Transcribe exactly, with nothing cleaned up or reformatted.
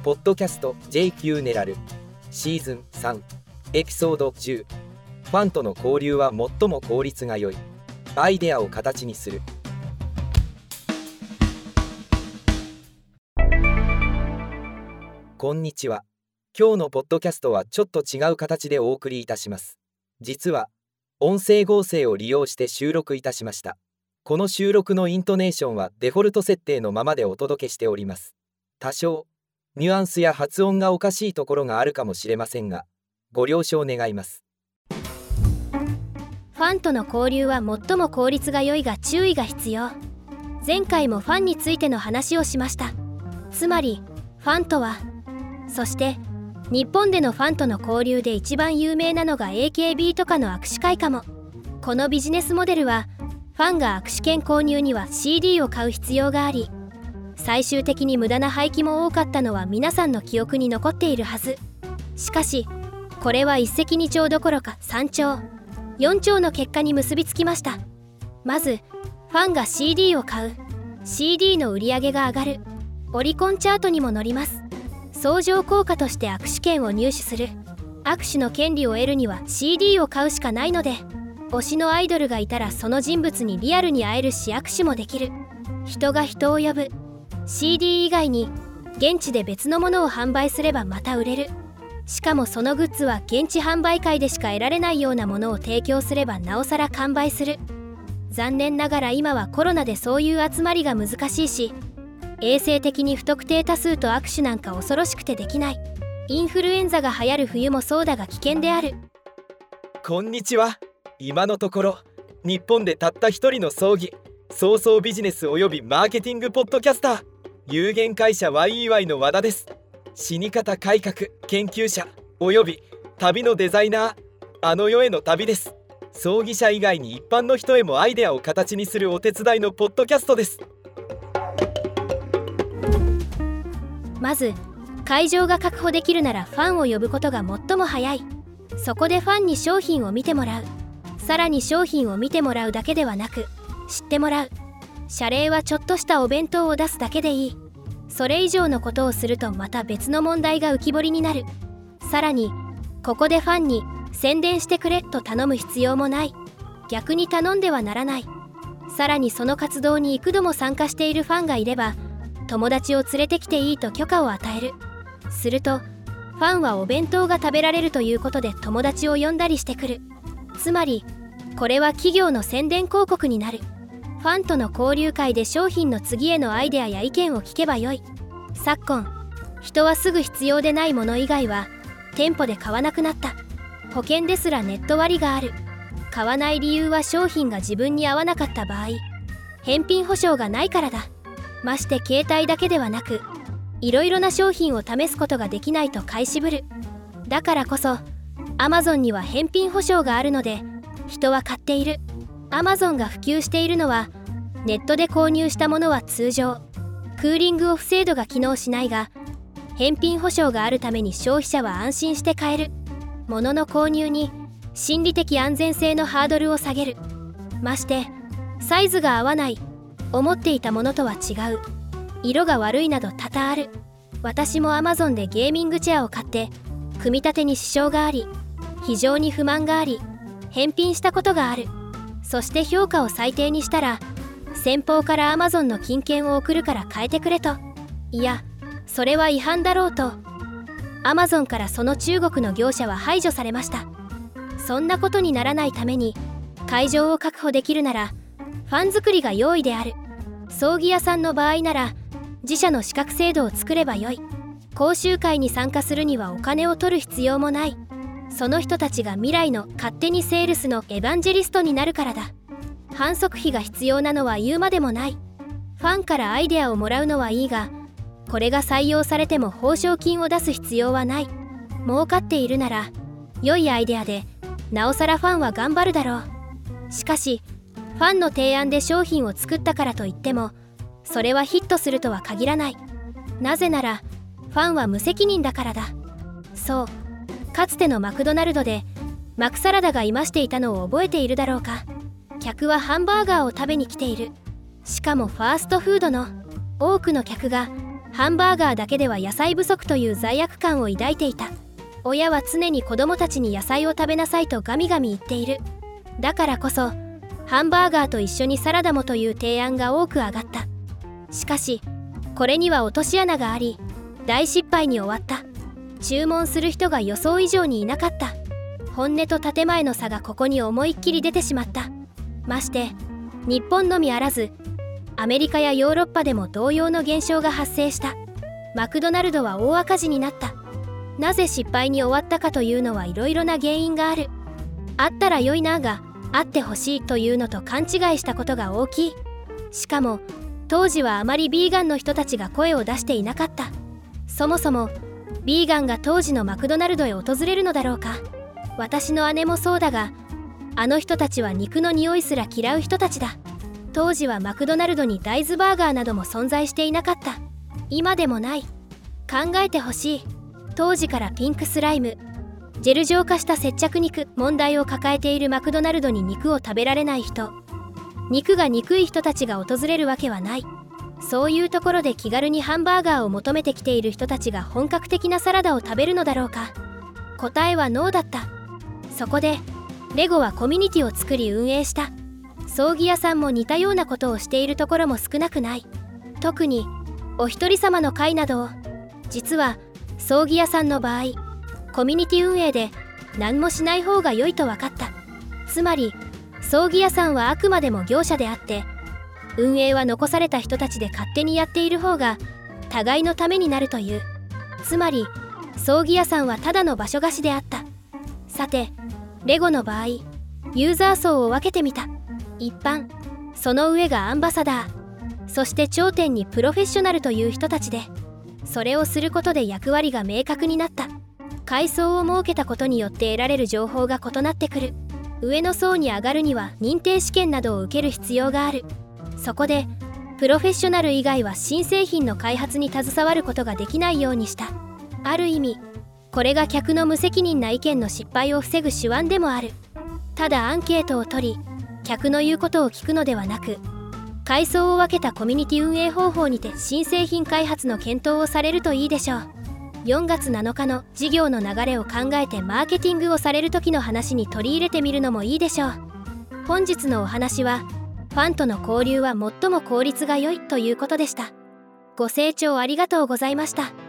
ポッドキャスト ジェイキュー ネラルシーズンさんエピソードじゅう。ファンとの交流は最も効率が良い。アイデアを形にする。こんにちは。今日のポッドキャストはちょっと違う形でお送りいたします。実は音声合成を利用して収録いたしました。この収録のイントネーションはデフォルト設定のままでお届けしております。多少ニュアンスや発音がおかしいところがあるかもしれませんが、ご了承願います。 ファンとの交流は最も効率が良いが注意が必要。前回もファンについての話をしました。つまりファンとは、そして日本でのファンとの交流で一番有名なのが エーケービー とかの握手会かも。このビジネスモデルはファンが握手券購入には シーディー を買う必要があり、最終的に無駄な廃棄も多かったのは皆さんの記憶に残っているはず。しかしこれは一石二鳥どころか三鳥四鳥の結果に結びつきました。まずファンが シーディー を買う。 シーディー の売り上げが上がる。オリコンチャートにも載ります。相乗効果として握手券を入手する。握手の権利を得るには シーディー を買うしかないので、推しのアイドルがいたらその人物にリアルに会えるし握手もできる。人が人を呼ぶ。 シーディー 以外に現地で別のものを販売すればまた売れる。しかもそのグッズは現地販売会でしか得られないようなものを提供すればなおさら完売する。残念ながら今はコロナでそういう集まりが難しいし、衛生的に不特定多数と握手なんか恐ろしくてできない。インフルエンザが流行る冬もそうだが危険である。 こんにちは。今のところ日本でたった一人の葬儀早々ビジネスおよびマーケティングポッドキャスター、有限会社 ワイイーワイ の和田です。死に方改革研究者および旅のデザイナー、あの世への旅です。葬儀者以外に一般の人へもアイデアを形にするお手伝いのポッドキャストです。 まず会場が確保できるならファンを呼ぶことが最も早い。そこでファンに商品を見てもらう。さらに商品を見てもらうだけではなく知ってもらう。謝礼はちょっとしたお弁当を出すだけでいい。それ以上のことをするとまた別の問題が浮き彫りになる。さらにここでファンに宣伝してくれと頼む必要もない。逆に頼んではならない。さらにその活動に幾度も参加しているファンがいれば友達を連れてきていいと許可を与える。するとファンはお弁当が食べられるということで友達を呼んだりしてくる。つまりこれは企業の宣伝広告になる。ファンとの交流会で商品の次へのアイデアや意見を聞けばよい。昨今人はすぐ必要でないもの以外は店舗で買わなくなった。保険ですらネット割がある。買わない理由は商品が自分に合わなかった場合返品保証がないからだ。まして携帯だけではなくいろいろな商品を試すことができないと買い渋る。だからこそ Amazon には返品保証があるので人は買っている。 Amazon が普及しているのはネットで購入したものは通常クーリングオフ制度が機能しないが返品保証があるために消費者は安心して買える。物の購入に心理的安全性のハードルを下げる。ましてサイズが合わない、思っていたものとは違う、色が悪いなど多々ある。私も Amazon でゲーミングチェアを買って組み立てに支障があり非常に不満があり返品したことがある。そして評価を最低にしたら先方から Amazon の金券を送るから変えてくれと。いやそれは違反だろうと Amazon からその中国の業者は排除されました。そんなことにならないために会場を確保できるならファン作りが容易である。葬儀屋さんの場合なら自社の資格制度を作ればよい。講習会に参加するにはお金を取る必要もない。その人たちが未来の勝手にセールスのエヴァンジェリストになるからだ。反則費が必要なのは言うまでもない。ファンからアイデアをもらうのはいいが、これが採用されても報奨金を出す必要はない。儲かっているなら良いアイデアでなおさらファンは頑張るだろう。しかしファンの提案で商品を作ったからといってもそれはヒットするとは限らない。なぜならファンは無責任だからだ。そう、かつてのマクドナルドでマクサラダがいましていたのを覚えているだろうか。客はハンバーガーを食べに来ている。しかもファーストフードの多くの客がハンバーガーだけでは野菜不足という罪悪感を抱いていた。親は常に子供たちに野菜を食べなさいとガミガミ言っている。だからこそハンバーガーと一緒にサラダもという提案が多く上がった。しかしこれには落とし穴があり、大失敗に終わった。注文する人が予想以上にいなかった。本音と建前の差がここに思いっきり出てしまった。まして日本のみあらずアメリカやヨーロッパでも同様の現象が発生した。マクドナルドは大赤字になった。なぜ失敗に終わったかというのはいろいろな原因がある。あったら良いながあってほしいというのと勘違いしたことが大きい。しかも当時はあまりビーガンの人たちが声を出していなかった。そもそもビーガンが当時のマクドナルドへ訪れるのだろうか。私の姉もそうだが、あの人たちは肉の匂いすら嫌う人たちだ。当時はマクドナルドに大豆バーガーなども存在していなかった。今でもない。考えてほしい。当時からピンクスライム、ジェル状化した接着肉問題を抱えているマクドナルドに肉を食べられない人、肉が憎い人たちが訪れるわけはない。そういうところで気軽にハンバーガーを求めてきている人たちが本格的なサラダを食べるのだろうか。答えはノーだった。そこでレゴはコミュニティを作り運営した。葬儀屋さんも似たようなことをしているところも少なくない。特にお一人様の会などを。実は葬儀屋さんの場合、コミュニティ運営で何もしない方が良いと分かった。つまり葬儀屋さんはあくまでも業者であって、運営は残された人たちで勝手にやっている方が互いのためになるという。つまり葬儀屋さんはただの場所貸しであった。さてレゴの場合、ユーザー層を分けてみた。一般、その上がアンバサダー、そして頂点にプロフェッショナルという人たちで、それをすることで役割が明確になった。階層を設けたことによって得られる情報が異なってくる。上の層に上がるには認定試験などを受ける必要がある。そこでプロフェッショナル以外は新製品の開発に携わることができないようにした。ある意味これが客の無責任な意見の失敗を防ぐ手腕でもある。ただアンケートを取り客の言うことを聞くのではなく、階層を分けたコミュニティ運営方法にて新製品開発の検討をされるといいでしょう。よんがつなのかの事業の流れを考えてマーケティングをされる時の話に取り入れてみるのもいいでしょう。本日のお話はファンとの交流は最も効率が良いということでした。ご清聴ありがとうございました。